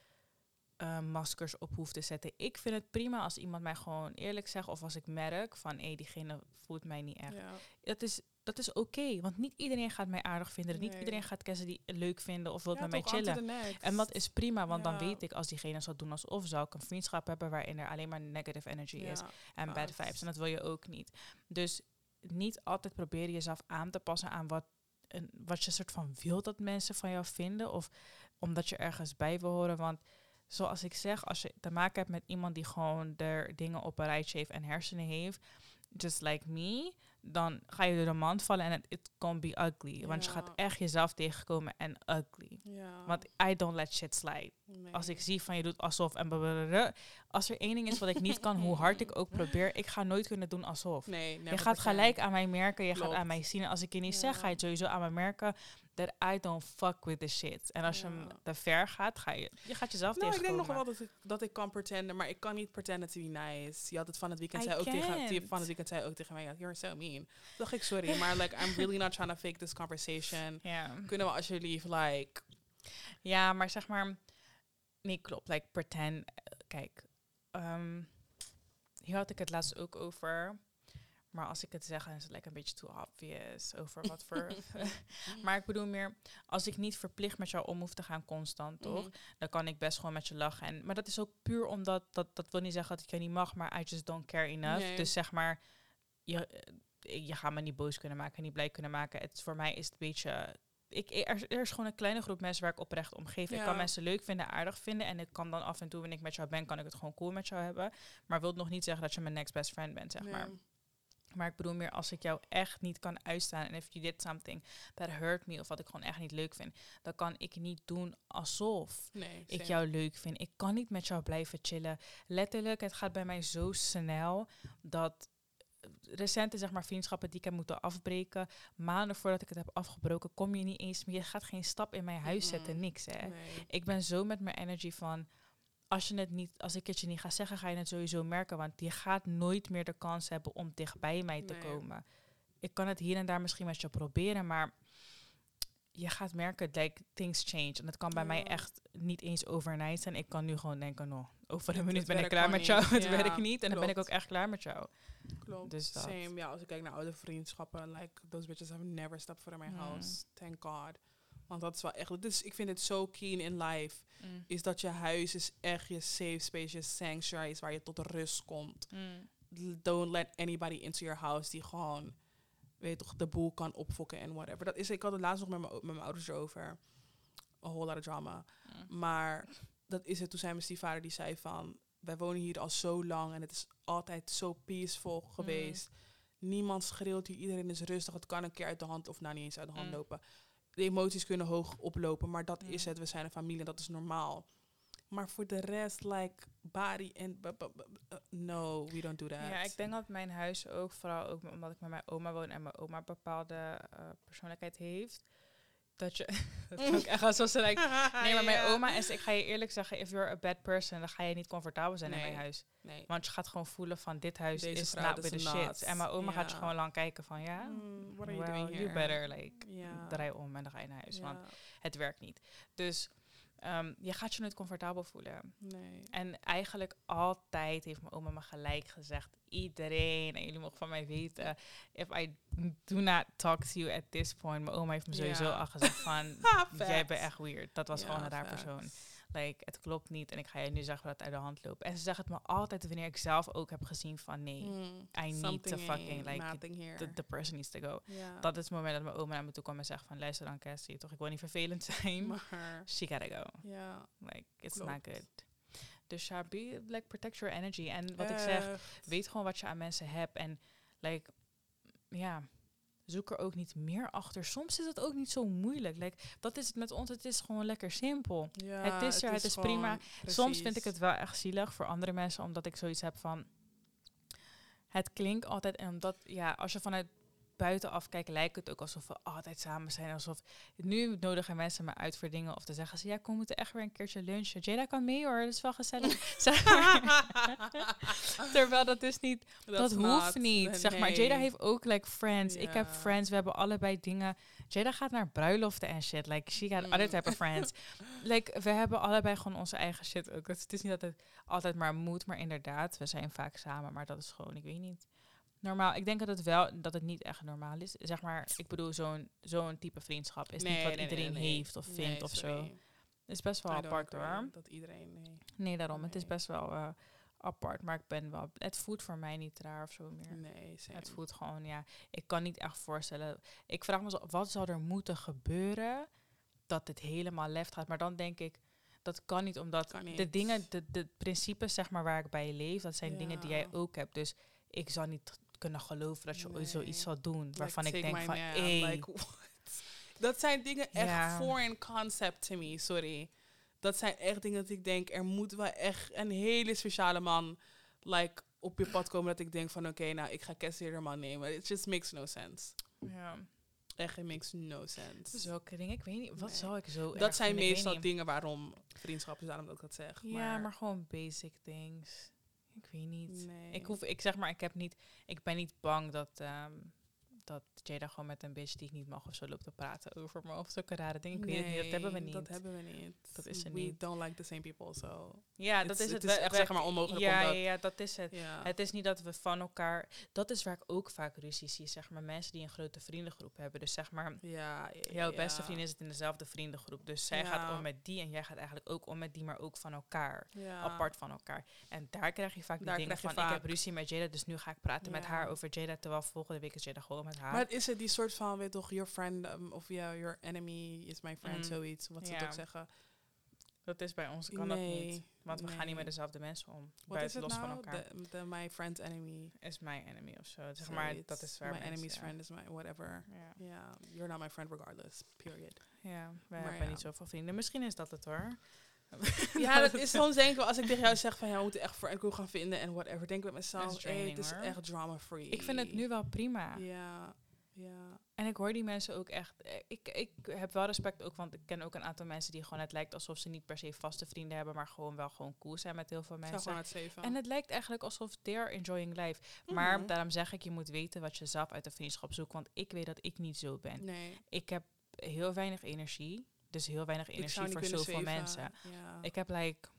eh, maskers op hoeft te zetten. Ik vind het prima als iemand mij gewoon eerlijk zegt. Of als ik merk van, hé, diegene voelt mij niet echt. Ja. Dat is dat is oké. Okay, want niet iedereen gaat mij aardig vinden. Nee. Niet iedereen gaat Cassidy leuk vinden of wil ja, met mij chillen. En dat is prima, want ja. dan weet ik, als diegene zou doen alsof, zou ik een vriendschap hebben waarin er alleen maar negative energy ja, is. En bad vibes. En dat wil je ook niet. Dus niet altijd proberen jezelf aan te passen aan wat, een, wat je soort van wil dat mensen van jou vinden. Of omdat je ergens bij wil horen. Want zoals ik zeg, als je te maken hebt met iemand die gewoon er dingen op een rijtje heeft en hersenen heeft, just like me, dan ga je door de mand vallen en it can be ugly. Ja. Want je gaat echt jezelf tegenkomen en ugly. Ja. Want I don't let shit slide. Nee. Als ik zie van je doet alsof en blablabla. Als er één ding is wat ik niet kan, hoe hard ik ook probeer, ik ga nooit kunnen doen alsof. Nee, je gaat gelijk aan mij merken, je Klopt. gaat aan mij zien. En als ik je niet ja. zeg, ga je het sowieso aan mij merken that I don't fuck with the shit. En als ja. je hem te ver gaat, ga je, je gaat jezelf nou, tegenkomen. Ik denk nog wel dat ik, dat ik kan pretenden, maar ik kan niet pretenden to be nice. Je had het van het weekend, zei ook tegen, van het weekend zei ook tegen mij, you're so mean. Toen dacht ik, sorry, maar like, I'm really not trying to fake this conversation. Yeah. Kunnen we alsjeblieft, like... Ja, maar zeg maar... Nee, klopt. Like, pretend... Kijk, um, hier had ik het laatst ook over. Maar als ik het zeg, dan is het like een beetje too obvious. Over wat voor... maar ik bedoel meer... Als ik niet verplicht met jou om hoef te gaan constant, toch? Mm. Dan kan ik best gewoon met je lachen. En, maar dat is ook puur omdat... Dat, dat wil niet zeggen dat ik je niet mag, maar I just don't care enough. Nee. Dus zeg maar... Je, je gaat me niet boos kunnen maken, niet blij kunnen maken. Het, voor mij is het een beetje... Ik, er, er is gewoon een kleine groep mensen waar ik oprecht om geef. Ja. Ik kan mensen leuk vinden, aardig vinden. En ik kan dan af en toe, wanneer ik met jou ben, kan ik het gewoon cool met jou hebben. Maar wil nog niet zeggen dat je mijn next best friend bent, zeg ja. maar. Maar ik bedoel meer, als ik jou echt niet kan uitstaan... en if you did something that hurt me... of wat ik gewoon echt niet leuk vind... dan kan ik niet doen alsof nee, ik jou leuk vind. Ik kan niet met jou blijven chillen. Letterlijk, het gaat bij mij zo snel... dat... recente zeg maar vriendschappen die ik heb moeten afbreken, maanden voordat ik het heb afgebroken, kom je niet eens meer. Je gaat geen stap in mijn huis zetten, mm, niks hè. Nee. Ik ben zo met mijn energy van, als je het niet, als ik het je niet ga zeggen, ga je het sowieso merken, want je gaat nooit meer de kans hebben om dichtbij mij te nee. komen. Ik kan het hier en daar misschien met je proberen, maar je gaat merken, like, things change. En dat kan bij ja. mij echt niet eens overnight zijn. Ik kan nu gewoon denken, no, over een minuut ben ik klaar met jou. Het ja, werkt niet. En klopt. Dan ben ik ook echt klaar met jou. Klopt. Dus dat. Same. Ja, als ik kijk naar oude vriendschappen, like, those bitches have never stepped foot in my mm. house. Thank God. Want dat is wel echt... Dus ik vind het zo keen in life. Mm. Is dat je huis is echt je safe space, je sanctuary is waar je tot rust komt. Mm. Don't let anybody into your house die gewoon... weet toch, de boel kan opfokken en whatever. Dat is, ik had het laatst nog met mijn, met mijn ouders erover. A whole lot of drama. Mm. Maar dat is het. Toen zei mijn stiefvader, die zei van... wij wonen hier al zo lang en het is altijd zo peaceful geweest. Mm. Niemand schreeuwt hier, iedereen is rustig. Het kan een keer uit de hand, of nou niet eens uit de hand mm. lopen. De emoties kunnen hoog oplopen, maar dat mm. is het. We zijn een familie en dat is normaal. Maar voor de rest, like, body en... B- b- b- no, we don't do that. Ja, ik denk dat mijn huis ook, vooral ook omdat ik met mijn oma woon... en mijn oma een bepaalde uh, persoonlijkheid heeft... dat je... dat is ook echt alsof ze like... Nee, maar mijn oma is... Ik ga je eerlijk zeggen, if you're a bad person... dan ga je niet comfortabel zijn nee. in mijn huis. Nee. Want je gaat gewoon voelen van... dit huis Deze is not with the shit. En mijn oma ja. gaat je gewoon lang kijken van... ja, mm, what are well, you doing here? You better, like... Ja. draai om en dan ga je naar huis. Ja. Want het werkt niet. Dus... Um, je gaat je nooit comfortabel voelen. Nee. En eigenlijk altijd heeft mijn oma me gelijk gezegd. Iedereen, en jullie mogen van mij weten. If I do not talk to you at this point. Mijn oma heeft me sowieso ja. al gezegd van... jij bent echt weird. Dat was ja, gewoon een raar persoon. Like, het klopt niet en ik ga je nu zeggen dat het uit de hand loopt. En ze zeggen het me altijd wanneer ik zelf ook heb gezien van... nee, mm, I need to fucking... like, the, the person needs to go. Yeah. Dat is het moment dat mijn oma naar me toe kwam en zegt van... luister dan, Cassie, toch? Ik wil niet vervelend zijn. Maar she gotta go. Yeah. Like, it's klopt. Not good. Dus ja, be, like, protect your energy. En wat uh. ik zeg, weet gewoon wat je aan mensen hebt. En, like, ja... Yeah, zoek er ook niet meer achter. Soms is het ook niet zo moeilijk. Like, dat is het met ons. Het is gewoon lekker simpel. Ja, het is er, het, het is, is prima. Precies. Soms vind ik het wel echt zielig voor andere mensen, omdat ik zoiets heb van... Het klinkt altijd... En omdat, ja, als je vanuit buitenaf kijkt, lijkt het ook alsof we altijd samen zijn. Alsof... Nu nodigen mensen me uit voor dingen. Of te zeggen ze, ja, kom, we moeten echt weer een keertje lunchen. Jada kan mee hoor, dat is wel gezellig. Terwijl dat dus niet... That's dat hoeft niet. Nee. Zeg maar, Jada heeft ook, like, friends. Yeah. Ik heb friends. We hebben allebei dingen... Jada gaat naar bruiloften en shit. Like, she got mm. other type of friends. Like, we hebben allebei gewoon onze eigen shit ook. Het is niet dat het altijd maar moet, maar inderdaad, we zijn vaak samen. Maar dat is gewoon, ik weet niet... Normaal, ik denk dat het wel, dat het niet echt normaal is. Zeg maar, ik bedoel, zo'n zo'n type vriendschap is Nee, niet wat nee, iedereen nee, nee. heeft of Nee, vindt of sorry. zo. Het is best wel I don't apart agree hoor. Dat iedereen, nee. Nee, daarom. Het is Nee. best wel uh, apart. Maar ik ben wel... Het voelt voor mij niet raar of zo meer. Nee, same. Het voelt gewoon, ja... Ik kan niet echt voorstellen... Ik vraag me zo, wat zou er moeten gebeuren dat dit helemaal left gaat? Maar dan denk ik, dat kan niet, omdat Kan niet. de dingen, de, de principes zeg maar waar ik bij leef, dat zijn Ja. dingen die jij ook hebt. Dus ik zou niet kunnen geloven dat je ooit Nee. zoiets zal doen. Waarvan Like, ik take denk my van, man. hey, Like, what? Dat zijn dingen echt Ja. foreign concept to me, sorry. Dat zijn echt dingen dat ik denk, er moet wel echt een hele speciale man like, op je pad komen dat ik denk van, oké, okay, nou, ik ga Cassie man nemen. It just makes no sense. ja. Echt, it makes no sense. Zulke dingen, ik weet niet, wat Nee. zou ik zo Dat erg zijn vinden? Ik weet meestal niet. dingen waarom vriendschap is, daarom dat ik dat zeg. Ja, maar, gewoon basic things. Ik weet niet. Nee. Ik hoef, ik zeg maar, ik heb niet, ik ben niet bang dat, um, dat Jada gewoon met een bitch die ik niet mag of zo loopt te praten over me of zulke rare dingen. Ik weet het niet, dat hebben we niet. Dat hebben we niet. Dat is er We niet. don't like the same people, so. Ja, dat It's- is het. het is We- echt, we- zeg maar, onmogelijk ja, om dat- Ja, ja, dat is het. Ja. Het is niet dat we van elkaar... Dat is waar ik ook vaak ruzie zie, zeg maar. Mensen die een grote vriendengroep hebben. Dus zeg maar, Ja, ja, jouw ja. beste vriendin zit in dezelfde vriendengroep. Dus zij Ja. gaat om met die en jij gaat eigenlijk ook om met die, maar ook van elkaar. Ja. Apart van elkaar. En daar krijg je vaak die Daar dingen krijg je van, ik vaak- heb ruzie met Jada, dus nu ga ik praten met Ja. haar over Jada, terwijl volgende week is Jada gewoon met haar. Maar het is het die soort van, weet toch, your friend, um, of ja, your enemy is my friend, Mm. zoiets. Wat ze het Ja. ook zeggen. dat is bij ons, kan dat Nee, niet. Want we gaan niet nee. met dezelfde mensen om. Wat is Buiten het los nou? van elkaar. De, de my friend's enemy. Is mijn enemy of zo. Zeg maar, Zoiets. dat is waar My mensen- enemy's ja. friend is my whatever. Ja. Ja, you're not my friend regardless. Period. Ja, wij Maar hebben ja. niet zoveel vrienden. Misschien is dat het hoor. Ja, dat is soms denk ik wel, als ik tegen jou zeg van ja, we moeten echt voor enkel gaan vinden en whatever, denk ik bij Dat mezelf, is hey, draining, het is hoor. echt drama free. Ik vind het nu wel prima. Ja, ja. En ik hoor die mensen ook echt... eh, Ik, ik heb wel respect ook, want ik ken ook een aantal mensen die gewoon... Het lijkt alsof ze niet per se vaste vrienden hebben, maar gewoon wel gewoon cool zijn met heel veel Ik zou mensen. gewoon het zeven. En het lijkt eigenlijk alsof they're enjoying life. Maar Mhm. daarom zeg ik, je moet weten wat je zelf uit de vriendschap zoekt. Want ik weet dat ik niet zo ben. Nee, Ik heb heel weinig energie. Dus heel weinig ik energie zou niet voor kunnen zoveel zweven. mensen. Ja. Ik heb like...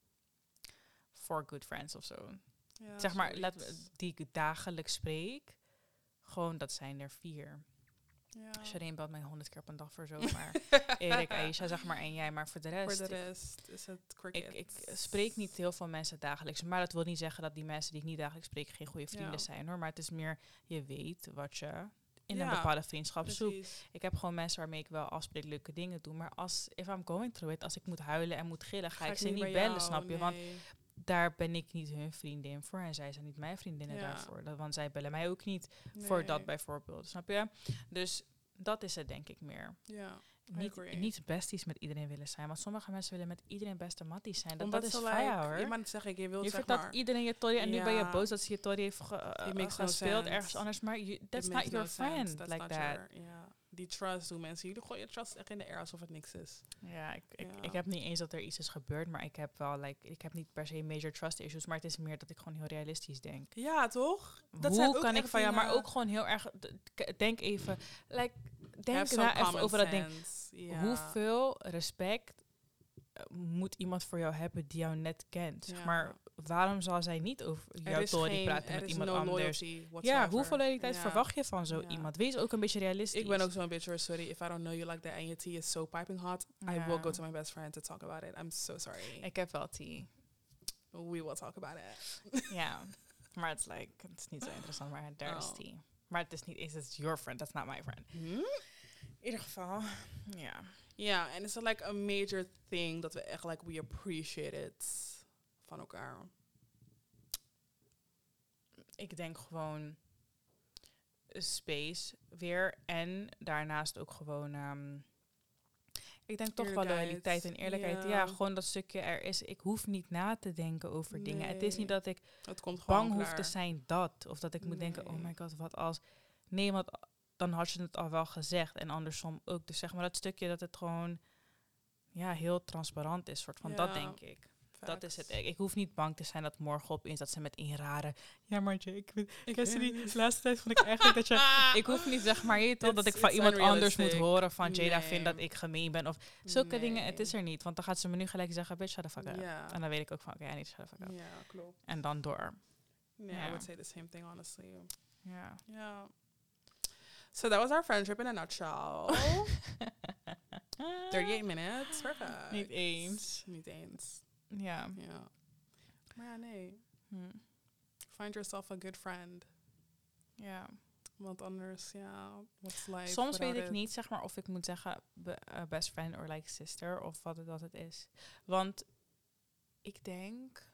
Four good friends of zo. Ja, zeg maar, zoiets. laten we, die ik dagelijks spreek, gewoon dat zijn er vier. Ja. Shireen belt mij honderd keer op een dag voor zo, maar Erik, Aisha, zeg maar, en jij. Maar voor de rest, Voor de rest is het cricket. ik, ik spreek niet heel veel mensen dagelijks. Maar dat wil niet zeggen dat die mensen die ik niet dagelijks spreek geen goede vrienden Ja. zijn, hoor. Maar het is meer, je weet wat je in Ja, een bepaalde vriendschap zoekt. Precies. Ik heb gewoon mensen waarmee ik wel afspreek, leuke dingen doen. Maar als, if I'm going through it, als ik moet huilen en moet gillen, ga, ik ze niet bij bellen, jou, snap je? Want nee. daar ben ik niet hun vriendin voor en zij zijn niet mijn vriendinnen Ja. daarvoor. Dat, want zij bellen mij ook niet voor Nee. dat bijvoorbeeld, snap je? Dus dat is het denk ik meer. Ja. I Niet, agree. niet besties met iedereen willen zijn, want sommige mensen willen met iedereen beste matties zijn. Dat, Omdat dat is ze fire, like- hoor. Ja, maar dat zeg ik, je wilt Je zeg vertelt maar... iedereen je tory en nu ben je Ja. boos dat ze je tory heeft ge, uh, It makes no gespeeld sense. ergens anders. Maar you, that's It not makes your no sense. friend That's like not that. your- ja. Die trust doen mensen. Jullie gooien je trust echt in de air alsof het niks is. Ja, ik, ik, Ja. ik heb niet eens dat er iets is gebeurd, maar ik heb wel, like, ik heb niet per se major trust issues, maar het is meer dat ik gewoon heel realistisch denk. Ja, toch? Hoe kan ik van jou, maar ook gewoon heel erg, d- k- denk even, like, denk na even over dat ding. Ja. Hoeveel respect eh, moet iemand voor jou hebben die jou net kent? Zeg Ja. maar, waarom zal zij niet over Er jouw is tory geen- praten er met is iemand no anders? loyalty Ja, whatsoever. hoeveel loyaliteit Ja. verwacht je van zo Ja. iemand? Wees ook een beetje realistisch. Ik ben ook zo'n bitch, hoor, sorry. If I don't know you like that and your tea is so piping hot, I Ja. will go to my best friend to talk about it. I'm so sorry. Ik heb wel tea. We will talk about it. Ja, maar het is like, het is niet zo interessant, maar there's Oh. tea. Maar het is niet eens, it's your friend, that's not my friend. In ieder geval, ja. Ja, en is het like a major thing dat we echt like we appreciate it van elkaar. Ik denk gewoon space weer en daarnaast ook gewoon... ehm, ik denk toch wel Eerlijkheid. loyaliteit en eerlijkheid. Ja. Ja. gewoon dat stukje er is. Ik hoef niet na te denken over dingen. Het is Nee. niet dat ik Het komt gewoon bang hoef klaar. te zijn dat. Of dat ik moet denken, oh Nee. my god, wat als... Nee, want dan had je het al wel gezegd. En andersom ook. Dus zeg maar dat stukje dat het gewoon ja, heel transparant is. Soort van, Ja. dat denk ik. Dat is het. Ik, ik hoef niet bang te zijn dat morgen opeens dat ze met een rare... Ja, maar Jay, ik weet... Ik Cassidy, weet de laatste tijd vond ik eigenlijk dat je... Ik hoef niet, zeg maar, je weet wel, dat It's- ik van it's iemand anders moet unrealistic. horen van Jada Nee. vindt dat ik gemeen ben. Of zulke dingen, het Nee. is er niet. Want dan gaat ze me nu gelijk zeggen, bitch, shut the fuck up. Ja. En dan weet ik ook van, oké, I need to shut the fuck up. Ja, klopt. En dan door. Yeah, Ja. I would say the same thing, honestly. Ja. Ja. So that was our friendship in a nutshell. thirty-eight minutes. Perfect. Niet eens. Niet eens. Ja. Ja. Maar ja, nee. Hm. Find yourself a good friend. Ja. Want anders, ja, what's life Soms weet without ik it? niet, zeg maar, of ik moet zeggen be- uh, best friend or like sister, of wat het, wat het is. Want ik denk...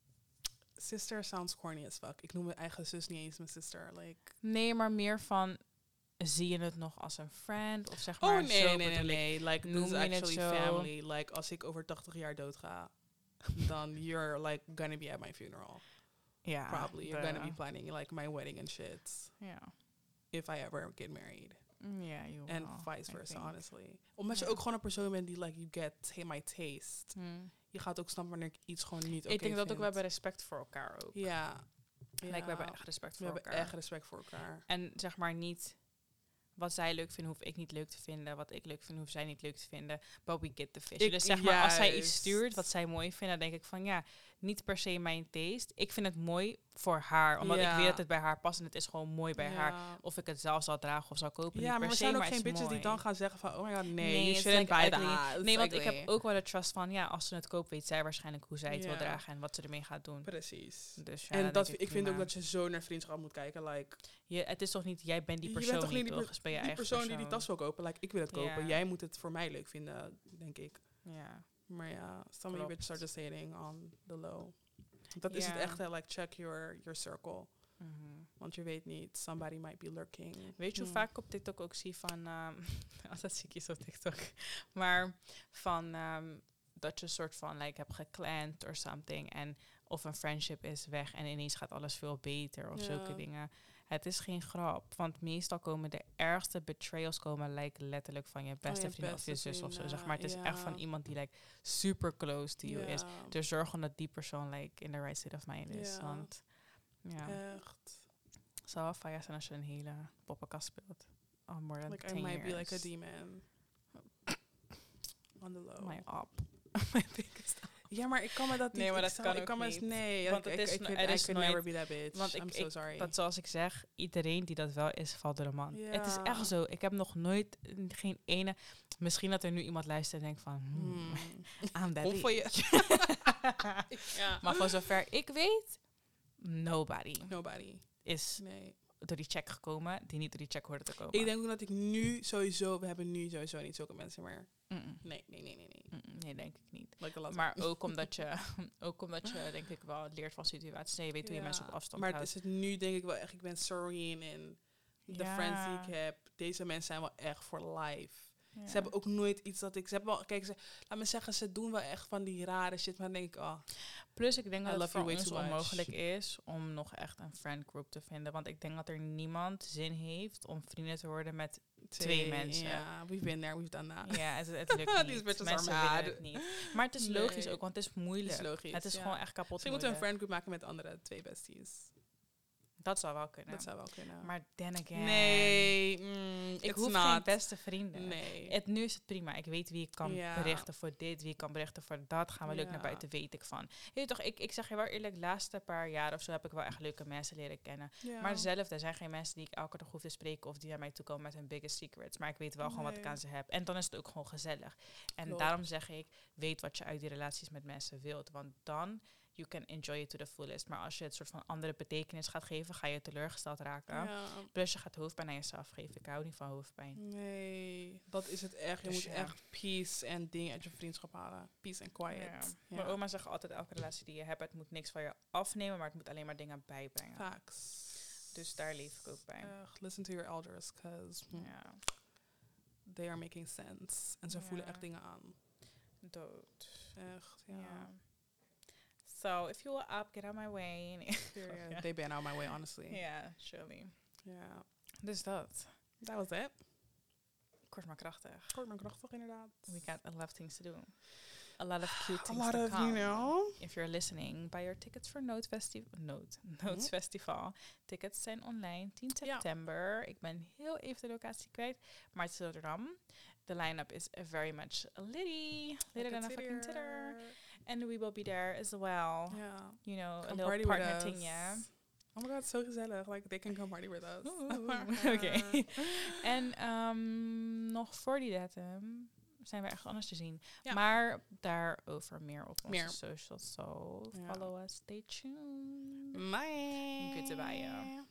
Sister sounds corny as fuck. Ik noem mijn eigen zus niet eens mijn sister. Like, Nee, maar meer van, zie je het nog als een friend? Of zeg maar, oh nee, zo nee, nee, bedoel ik. nee. Like, Noem this is je het actually zo? family. Like, als ik over tachtig jaar dood ga, dan you're like gonna be at my funeral. Ja, Probably. You're de- gonna be planning like my wedding and shit. Ja. If I ever get married. Ja, you And will, vice I versa, think. honestly. Omdat je Ja. ook gewoon een persoon bent die like, you get hey, my taste. Hm. Je gaat ook snappen wanneer ik iets gewoon niet oké Ik denk dat ook vind. we hebben respect voor elkaar ook. Ja. Like, we hebben echt respect We voor hebben elkaar. echt respect voor elkaar. En zeg maar niet... Wat zij leuk vinden, hoef ik niet leuk te vinden. Wat ik leuk vind, hoef zij niet leuk te vinden. But we get the fish. Ik- dus zeg maar, als zij iets juist. stuurt wat zij mooi vindt, dan denk ik van ja, niet per se mijn taste. Ik vind het mooi voor haar, omdat Ja. ik weet dat het bij haar past en het is gewoon mooi bij Ja. haar. Of ik het zelf zal dragen of zal kopen, Ja, niet maar per we se, zijn ook maar geen het is bitches die mooi. dan gaan zeggen van, oh my god, nee, Nee, you it's shouldn't like buy ugly. that. It's Nee, want ik ugly. heb ook wel de trust van, ja, als ze het koopt, weet zij waarschijnlijk hoe zij het wil Ja. dragen en wat ze ermee gaat doen. Precies. Dus ja, En dan dat, denk ik vind ook prima. dat je zo naar vriendschap moet kijken. Like, Je, het is toch niet, jij bent die je persoon bent toch niet, niet toch? die, Dus ben je die eigen persoon die die tas wil kopen. Like, ik wil het kopen. Ja. Jij moet het voor mij leuk vinden, denk ik. Ja. Maar ja, some of you Klopt. bitches are just hating on the low. Dat is Ja. het echt, hè, like, check your, your circle. Mhm. Want je weet niet, somebody might be lurking. Weet je hoe Hmm. vaak ik op TikTok ook zie van... ehm altijd zie ik iets op TikTok. Maar van ehm, dat je een soort van like hebt geclaimd or something. En of een friendship is weg en ineens gaat alles veel beter of Ja. zulke dingen. Het is geen grap. Want meestal komen de ergste betrayals komen like, letterlijk van je beste je vriend of je beste zus of zo. Zeg vrienden, maar het is echt ja. van iemand die like, super close to you is. Ja, Dus zorg gewoon dat die persoon like, in the right state of mind is. Ja. Want ja, echt. het zou wel fijn zijn als je een hele poppenkast speelt. Al more than Like, I ten might be like a years. demon. On the low. My op. My biggest op. Ja, maar ik kan me dat niet. Nee, maar ik dat zou- kan ik ook kan me niet. Nee, Want ik, het ik, is ik no- could, er I is could nooit- never be that bitch. Want I'm ik, so ik sorry. dat zoals ik zeg, iedereen die dat wel is, valt door de man. Het is Ja. echt zo. Ik heb nog nooit eh, geen ene... Misschien dat er nu iemand luistert en denkt van... Hmm, Hmm. I'm that Hoop voor je. bitch. Ja. Maar voor zover ik weet, nobody Nobody. is Nee. door die check gekomen die niet door die check hoorde te komen. Ik denk ook dat ik nu sowieso... We hebben nu sowieso niet zulke mensen meer. Mm-mm. Nee, nee, nee, nee. nee. Mm-mm. Nee, denk ik niet. Like the last Maar one. ook omdat je, ook omdat je denk ik wel leert van situaties. En je weet hoe je Ja, mensen op afstand Maar houdt. is het nu denk ik wel echt... Ik ben serene in de Ja. friends die ik heb. Deze mensen zijn wel echt voor life. Ja. Ze hebben ook nooit iets dat ik... Ze hebben wel... Kijk, ze, laat me zeggen, ze doen wel echt van die rare shit. Maar dan denk ik, oh... Plus ik denk I dat het love voor you way ons too much. onmogelijk is om nog echt een friendgroup te vinden. Want ik denk dat er niemand zin heeft om vrienden te worden met... Twee mensen. Ja, we've been there, we've done that. Ja, het, het lukt These niet. bitches Mensen are willen mad. het niet. Maar het is logisch Nee. ook, want het is Het moeilijk. is logisch. Het is ja. gewoon echt kapot Misschien moeten we een moeilijk. friendgroup maken met andere twee besties. Dat zou wel kunnen. Dat zou wel kunnen. Maar then again... nee, mm, Ik it's hoef not. geen beste vrienden. Nee. Het, nu is het prima. Ik weet wie ik kan Ja. berichten voor dit, wie ik kan berichten voor dat. Gaan we leuk Ja. naar buiten, weet ik van. Je weet toch, ik, ik zeg je wel eerlijk, de laatste paar jaar of zo heb ik wel echt leuke mensen leren kennen. Ja. Maar zelf, er zijn geen mensen die ik elke dag hoef te spreken of die naar mij toe komen met hun biggest secrets. Maar ik weet wel gewoon wat ik Nee. aan ze heb. En dan is het ook gewoon gezellig. En Klopt. daarom zeg ik, weet wat je uit die relaties met mensen wilt. Want dan, you can enjoy it to the fullest. Maar als je het soort van andere betekenis gaat geven, ga je teleurgesteld raken. Ja. Plus je gaat hoofdpijn aan jezelf geven. Ik hou niet van hoofdpijn. Nee, dat is het echt. Je Dus moet ja. echt peace en dingen uit je vriendschap halen. Peace and quiet. Ja. Ja. Mijn oma zegt altijd, elke relatie die je hebt, het moet niks van je afnemen, maar het moet alleen maar dingen bijbrengen. Facts. Dus daar leef ik ook bij. Echt, listen to your elders, because Ja, they are making sense. En ze Ja. voelen echt dingen aan. dood. Echt, ja. Ja. So, if you will up, get out my way. Nee. Period. Ja. They been out my way, honestly. Ja, surely. Ja. Dus dat. Dat was het. Kort maar krachtig. Kort maar krachtig, inderdaad. We got a lot of things to do. A lot of cute A things lot to of, come. you know. If you're listening, buy your tickets for Notes, Festi- Note. Notes Mhm. Festival. Tickets zijn online, tien Ja. september. Ik ben heel even de locatie kwijt, maar het is Rotterdam. The line-up is very much litty, litter than a fucking titter. And we will be there as well. Ja. You know, a Come little party with partner us. thing, yeah. Oh my god, zo gezellig. Like, they can come party with us. Oké. Okay. En um, nog voor die datum zijn we ergens anders te zien. Ja. Maar daarover meer op onze meer. socials. So ja. follow us, stay tuned. Bye. Goodbye.